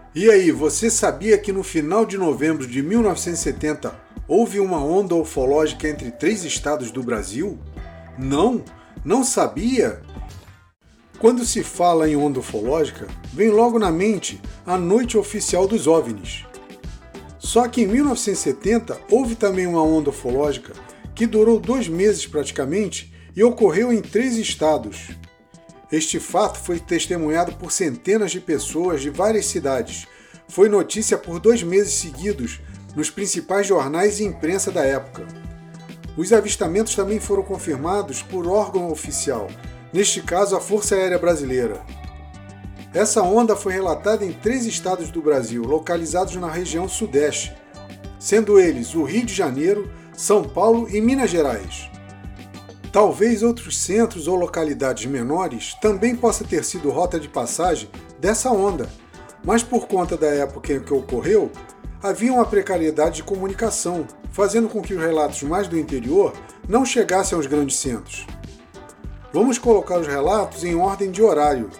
E aí, você sabia que no final de novembro de 1970 houve uma onda ufológica entre 3 estados do Brasil? Não? Não sabia? Quando se fala em onda ufológica, vem logo na mente a Noite Oficial dos OVNIs. Só que em 1970 houve também uma onda ufológica que durou 2 meses praticamente e ocorreu em 3 estados. Este fato foi testemunhado por centenas de pessoas de várias cidades. Foi notícia por 2 meses seguidos nos principais jornais e imprensa da época. Os avistamentos também foram confirmados por órgão oficial, neste caso a Força Aérea Brasileira. Essa onda foi relatada em 3 estados do Brasil, localizados na região sudeste, sendo eles o Rio de Janeiro, São Paulo e Minas Gerais. Talvez outros centros ou localidades menores também possa ter sido rota de passagem dessa onda, mas por conta da época em que ocorreu, havia uma precariedade de comunicação, fazendo com que os relatos mais do interior não chegassem aos grandes centros. Vamos colocar os relatos em ordem de horário.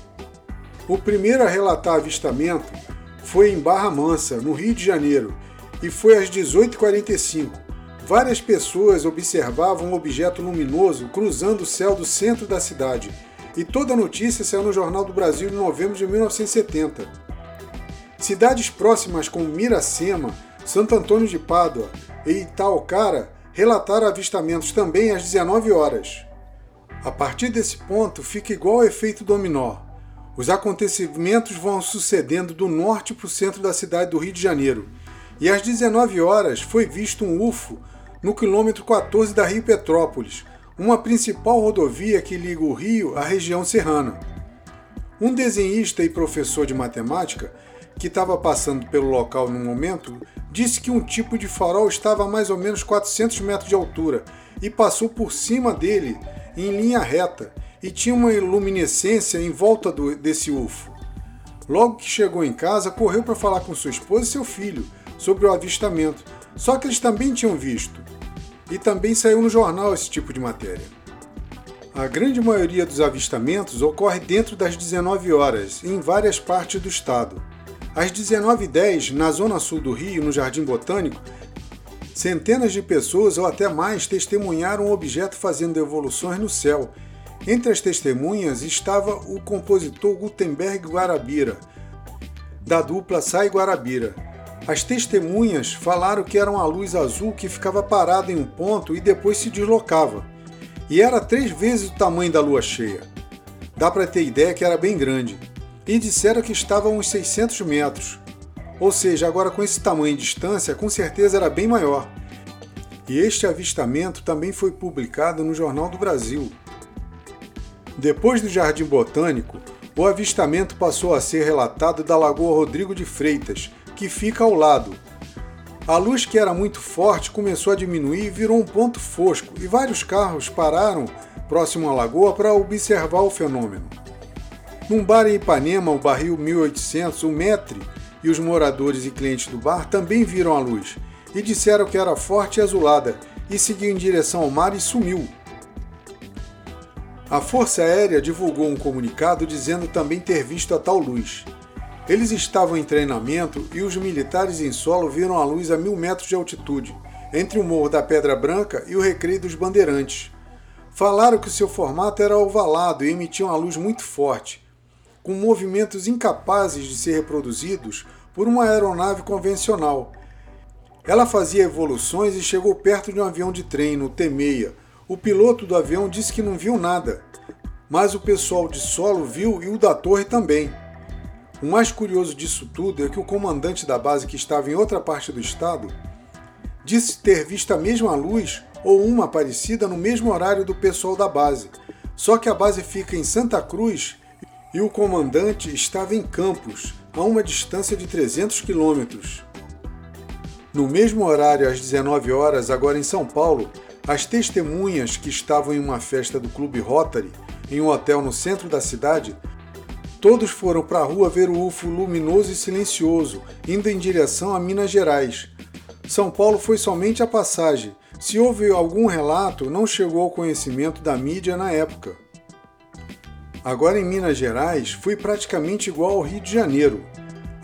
O primeiro a relatar avistamento foi em Barra Mansa, no Rio de Janeiro, e foi às 18h45. Várias pessoas observavam um objeto luminoso cruzando o céu do centro da cidade, e toda a notícia saiu no Jornal do Brasil em novembro de 1970. Cidades próximas como Miracema, Santo Antônio de Pádua e Itaocara relataram avistamentos também às 19 horas. A partir desse ponto fica igual ao efeito dominó. Os acontecimentos vão sucedendo do norte para o centro da cidade do Rio de Janeiro, e às 19 horas foi visto um UFO no quilômetro 14 da Rio Petrópolis, uma principal rodovia que liga o Rio à região serrana. Um desenhista e professor de matemática, que estava passando pelo local no momento, disse que um tipo de farol estava a mais ou menos 400 metros de altura e passou por cima dele em linha reta e tinha uma luminescência em volta desse UFO. Logo que chegou em casa, correu para falar com sua esposa e seu filho sobre o avistamento, só que eles também tinham visto. E também saiu no jornal esse tipo de matéria. A grande maioria dos avistamentos ocorre dentro das 19 horas, em várias partes do estado. Às 19h10, na zona sul do Rio, no Jardim Botânico, centenas de pessoas ou até mais testemunharam um objeto fazendo evoluções no céu. Entre as testemunhas estava o compositor Gutenberg Guarabira, da dupla Sai Guarabira. As testemunhas falaram que era uma luz azul que ficava parada em um ponto e depois se deslocava. E era 3 vezes o tamanho da lua cheia. Dá para ter ideia que era bem grande. E disseram que estava a uns 600 metros. Ou seja, agora com esse tamanho de distância, com certeza era bem maior. E este avistamento também foi publicado no Jornal do Brasil. Depois do Jardim Botânico, o avistamento passou a ser relatado da Lagoa Rodrigo de Freitas, que fica ao lado. A luz, que era muito forte, começou a diminuir e virou um ponto fosco, e vários carros pararam próximo à lagoa para observar o fenômeno. Num bar em Ipanema, o barril 1800, o Metre e os moradores e clientes do bar também viram a luz, e disseram que era forte e azulada, e seguiu em direção ao mar e sumiu. A Força Aérea divulgou um comunicado dizendo também ter visto a tal luz. Eles estavam em treinamento e os militares em solo viram a luz a 1000 metros de altitude, entre o Morro da Pedra Branca e o Recreio dos Bandeirantes. Falaram que o seu formato era ovalado e emitia uma luz muito forte, com movimentos incapazes de ser reproduzidos por uma aeronave convencional. Ela fazia evoluções e chegou perto de um avião de treino, o T-6. O piloto do avião disse que não viu nada, mas o pessoal de solo viu e o da torre também. O mais curioso disso tudo é que o comandante da base, que estava em outra parte do estado, disse ter visto a mesma luz ou uma parecida no mesmo horário do pessoal da base, só que a base fica em Santa Cruz e o comandante estava em Campos, a uma distância de 300 quilômetros. No mesmo horário, às 19 horas, agora em São Paulo, as testemunhas que estavam em uma festa do Clube Rotary, em um hotel no centro da cidade, todos foram para a rua ver o UFO luminoso e silencioso, indo em direção a Minas Gerais. São Paulo foi somente a passagem. Se houve algum relato, não chegou ao conhecimento da mídia na época. Agora em Minas Gerais, foi praticamente igual ao Rio de Janeiro.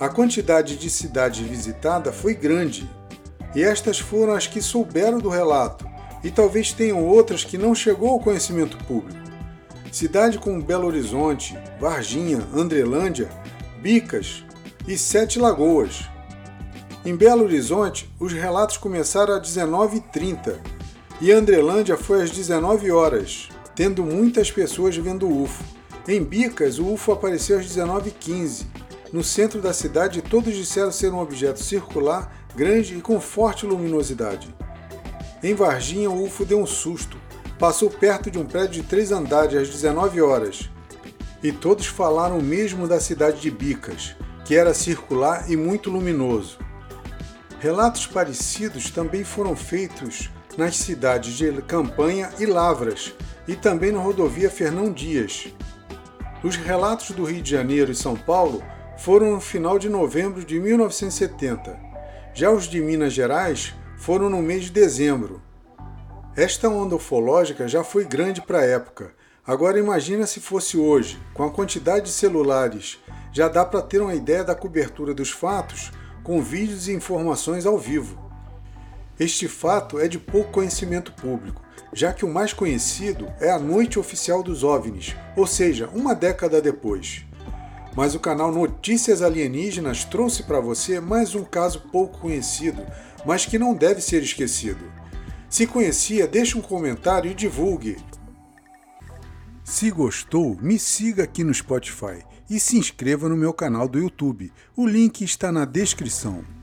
A quantidade de cidades visitadas foi grande, e estas foram as que souberam do relato, e talvez tenham outras que não chegou ao conhecimento público. Cidade como Belo Horizonte, Varginha, Andrelândia, Bicas e Sete Lagoas. Em Belo Horizonte, os relatos começaram às 19h30 e Andrelândia foi às 19 horas, tendo muitas pessoas vendo o UFO. Em Bicas, o UFO apareceu às 19h15. No centro da cidade, todos disseram ser um objeto circular, grande e com forte luminosidade. Em Varginha, o UFO deu um susto. Passou perto de um prédio de 3 andares às 19 horas. E todos falaram o mesmo da cidade de Bicas, que era circular e muito luminoso. Relatos parecidos também foram feitos nas cidades de Campanha e Lavras, e também na rodovia Fernão Dias. Os relatos do Rio de Janeiro e São Paulo foram no final de novembro de 1970. Já os de Minas Gerais foram no mês de dezembro. Esta onda ufológica já foi grande para a época. Agora imagina se fosse hoje, com a quantidade de celulares. Já dá para ter uma ideia da cobertura dos fatos com vídeos e informações ao vivo. Este fato é de pouco conhecimento público, já que o mais conhecido é a Noite Oficial dos OVNIs, ou seja, uma década depois. Mas o canal Notícias Alienígenas trouxe para você mais um caso pouco conhecido, mas que não deve ser esquecido. Se conhecia, deixe um comentário e divulgue. Se gostou, me siga aqui no Spotify e se inscreva no meu canal do YouTube. O link está na descrição.